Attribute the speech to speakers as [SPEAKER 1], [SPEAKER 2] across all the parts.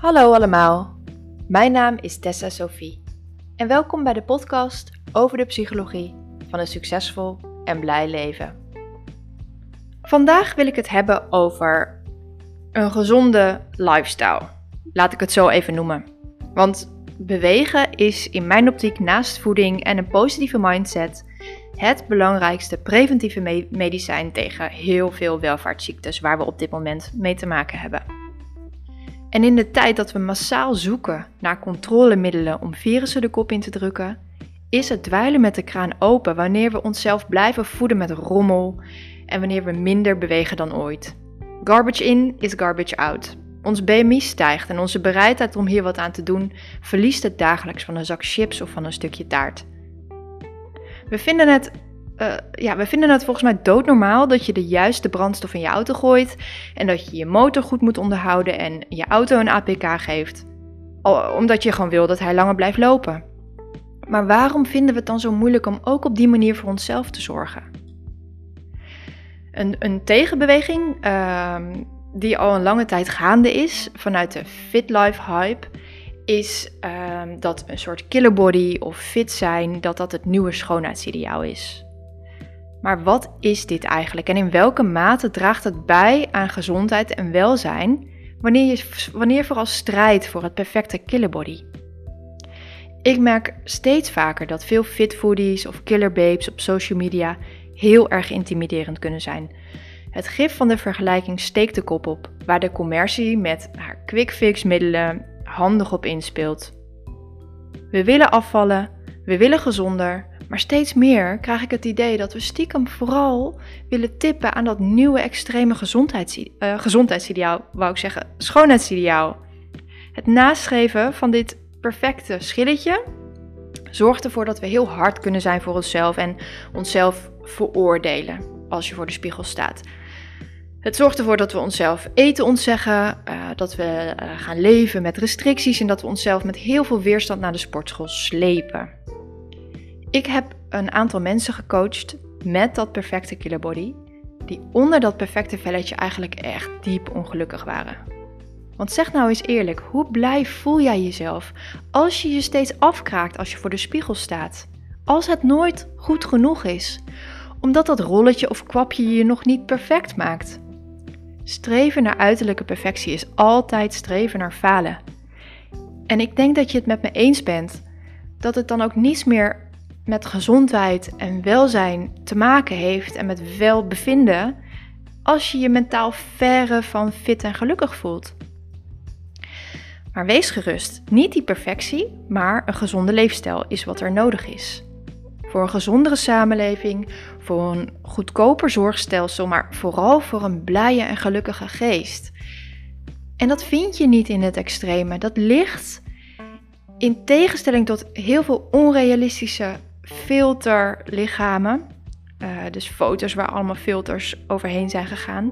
[SPEAKER 1] Hallo allemaal, mijn naam is Tessa Sophie en welkom bij de podcast over de psychologie van een succesvol en blij leven. Vandaag wil ik het hebben over een gezonde lifestyle, laat ik het zo even noemen. Want bewegen is in mijn optiek naast voeding en een positieve mindset het belangrijkste preventieve medicijn tegen heel veel welvaartsziektes waar we op dit moment mee te maken hebben. En in de tijd dat we massaal zoeken naar controlemiddelen om virussen de kop in te drukken, is het dweilen met de kraan open wanneer we onszelf blijven voeden met rommel en wanneer we minder bewegen dan ooit. Garbage in is garbage out. Ons BMI stijgt en onze bereidheid om hier wat aan te doen verliest het dagelijks van een zak chips of van een stukje taart. We vinden het volgens mij doodnormaal dat je de juiste brandstof in je auto gooit en dat je je motor goed moet onderhouden en je auto een APK geeft, omdat je gewoon wil dat hij langer blijft lopen. Maar waarom vinden we het dan zo moeilijk om ook op die manier voor onszelf te zorgen? Een tegenbeweging die al een lange tijd gaande is vanuit de FitLife hype is dat een soort killerbody of fit zijn, dat het nieuwe schoonheidsideaal is. Maar wat is dit eigenlijk en in welke mate draagt het bij aan gezondheid en welzijn wanneer je vooral strijdt voor het perfecte killerbody? Ik merk steeds vaker dat veel fitfoodies of killerbabes op social media heel erg intimiderend kunnen zijn. Het gif van de vergelijking steekt de kop op, waar de commercie met haar quick-fix middelen handig op inspeelt. We willen afvallen, we willen gezonder, maar steeds meer krijg ik het idee dat we stiekem vooral willen tippen aan dat nieuwe extreme schoonheidsideaal. Het nastreven van dit perfecte schilletje zorgt ervoor dat we heel hard kunnen zijn voor onszelf en onszelf veroordelen als je voor de spiegel staat. Het zorgt ervoor dat we onszelf eten ontzeggen, dat we gaan leven met restricties en dat we onszelf met heel veel weerstand naar de sportschool slepen. Ik heb een aantal mensen gecoacht met dat perfecte killerbody, die onder dat perfecte velletje eigenlijk echt diep ongelukkig waren. Want zeg nou eens eerlijk, hoe blij voel jij jezelf als je je steeds afkraakt als je voor de spiegel staat? Als het nooit goed genoeg is, omdat dat rolletje of kwapje je nog niet perfect maakt. Streven naar uiterlijke perfectie is altijd streven naar falen. En ik denk dat je het met me eens bent dat het dan ook niets meer met gezondheid en welzijn te maken heeft en met welbevinden als je je mentaal verre van fit en gelukkig voelt. Maar wees gerust, niet die perfectie, maar een gezonde leefstijl is wat er nodig is. Voor een gezondere samenleving, voor een goedkoper zorgstelsel, maar vooral voor een blije en gelukkige geest. En dat vind je niet in het extreme. Dat ligt in tegenstelling tot heel veel onrealistische filterlichamen, dus foto's waar allemaal filters overheen zijn gegaan.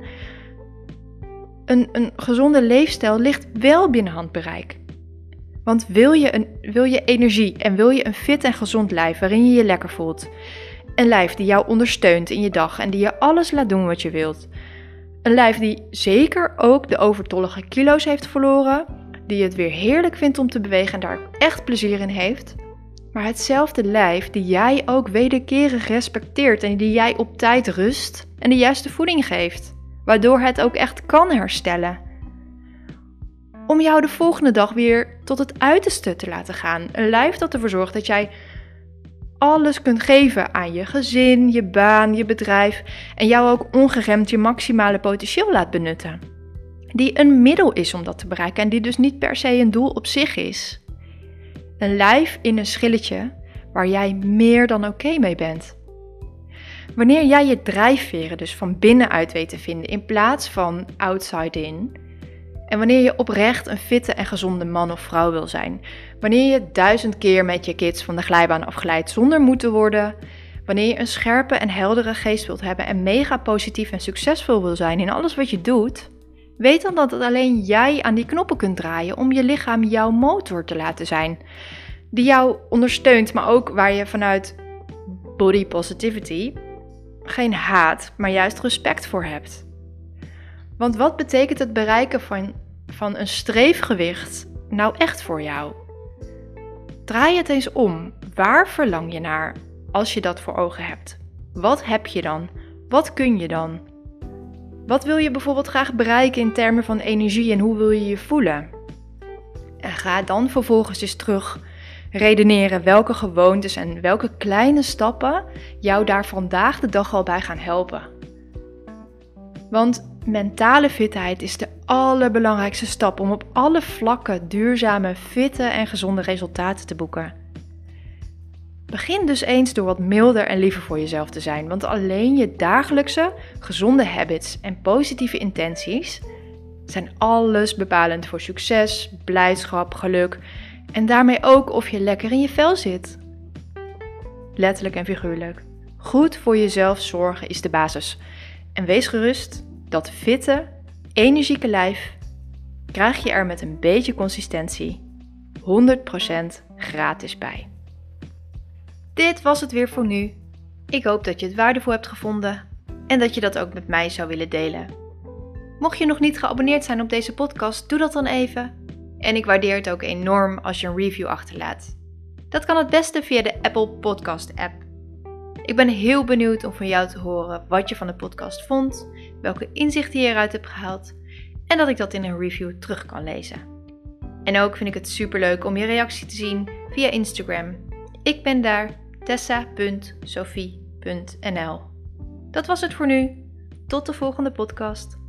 [SPEAKER 1] Een gezonde leefstijl ligt wel binnen handbereik. Want wil je energie en wil je een fit en gezond lijf waarin je je lekker voelt, een lijf die jou ondersteunt in je dag en die je alles laat doen wat je wilt, een lijf die zeker ook de overtollige kilo's heeft verloren, die het weer heerlijk vindt om te bewegen en daar echt plezier in heeft, maar hetzelfde lijf die jij ook wederkerig respecteert en die jij op tijd rust en de juiste voeding geeft, waardoor het ook echt kan herstellen. Om jou de volgende dag weer tot het uiterste te laten gaan. Een lijf dat ervoor zorgt dat jij alles kunt geven aan je gezin, je baan, je bedrijf en jou ook ongeremd je maximale potentieel laat benutten. Die een middel is om dat te bereiken en die dus niet per se een doel op zich is. Een lijf in een schilletje waar jij meer dan oké mee bent. Wanneer jij je drijfveren dus van binnenuit weet te vinden in plaats van outside in. En wanneer je oprecht een fitte en gezonde man of vrouw wil zijn. Wanneer je 1000 keer met je kids van de glijbaan afglijdt zonder moe te worden. Wanneer je een scherpe en heldere geest wilt hebben en mega positief en succesvol wil zijn in alles wat je doet. Weet dan dat alleen jij aan die knoppen kunt draaien om je lichaam jouw motor te laten zijn. Die jou ondersteunt, maar ook waar je vanuit body positivity geen haat, maar juist respect voor hebt. Want wat betekent het bereiken van van een streefgewicht nou echt voor jou? Draai het eens om. Waar verlang je naar als je dat voor ogen hebt? Wat heb je dan? Wat kun je dan? Wat wil je bijvoorbeeld graag bereiken in termen van energie en hoe wil je je voelen? En ga dan vervolgens eens terug redeneren welke gewoontes en welke kleine stappen jou daar vandaag de dag al bij gaan helpen. Want mentale fitheid is de allerbelangrijkste stap om op alle vlakken duurzame, fitte en gezonde resultaten te boeken. Begin dus eens door wat milder en liever voor jezelf te zijn, want alleen je dagelijkse, gezonde habits en positieve intenties zijn alles bepalend voor succes, blijdschap, geluk en daarmee ook of je lekker in je vel zit. Letterlijk en figuurlijk. Goed voor jezelf zorgen is de basis. En wees gerust, dat fitte, energieke lijf krijg je er met een beetje consistentie 100% gratis bij. Dit was het weer voor nu. Ik hoop dat je het waardevol hebt gevonden en dat je dat ook met mij zou willen delen. Mocht je nog niet geabonneerd zijn op deze podcast, doe dat dan even. En ik waardeer het ook enorm als je een review achterlaat. Dat kan het beste via de Apple Podcast app. Ik ben heel benieuwd om van jou te horen wat je van de podcast vond, welke inzichten je eruit hebt gehaald en dat ik dat in een review terug kan lezen. En ook vind ik het superleuk om je reactie te zien via Instagram. Ik ben daar tessa.sophie.nl. Dat was het voor nu. Tot de volgende podcast.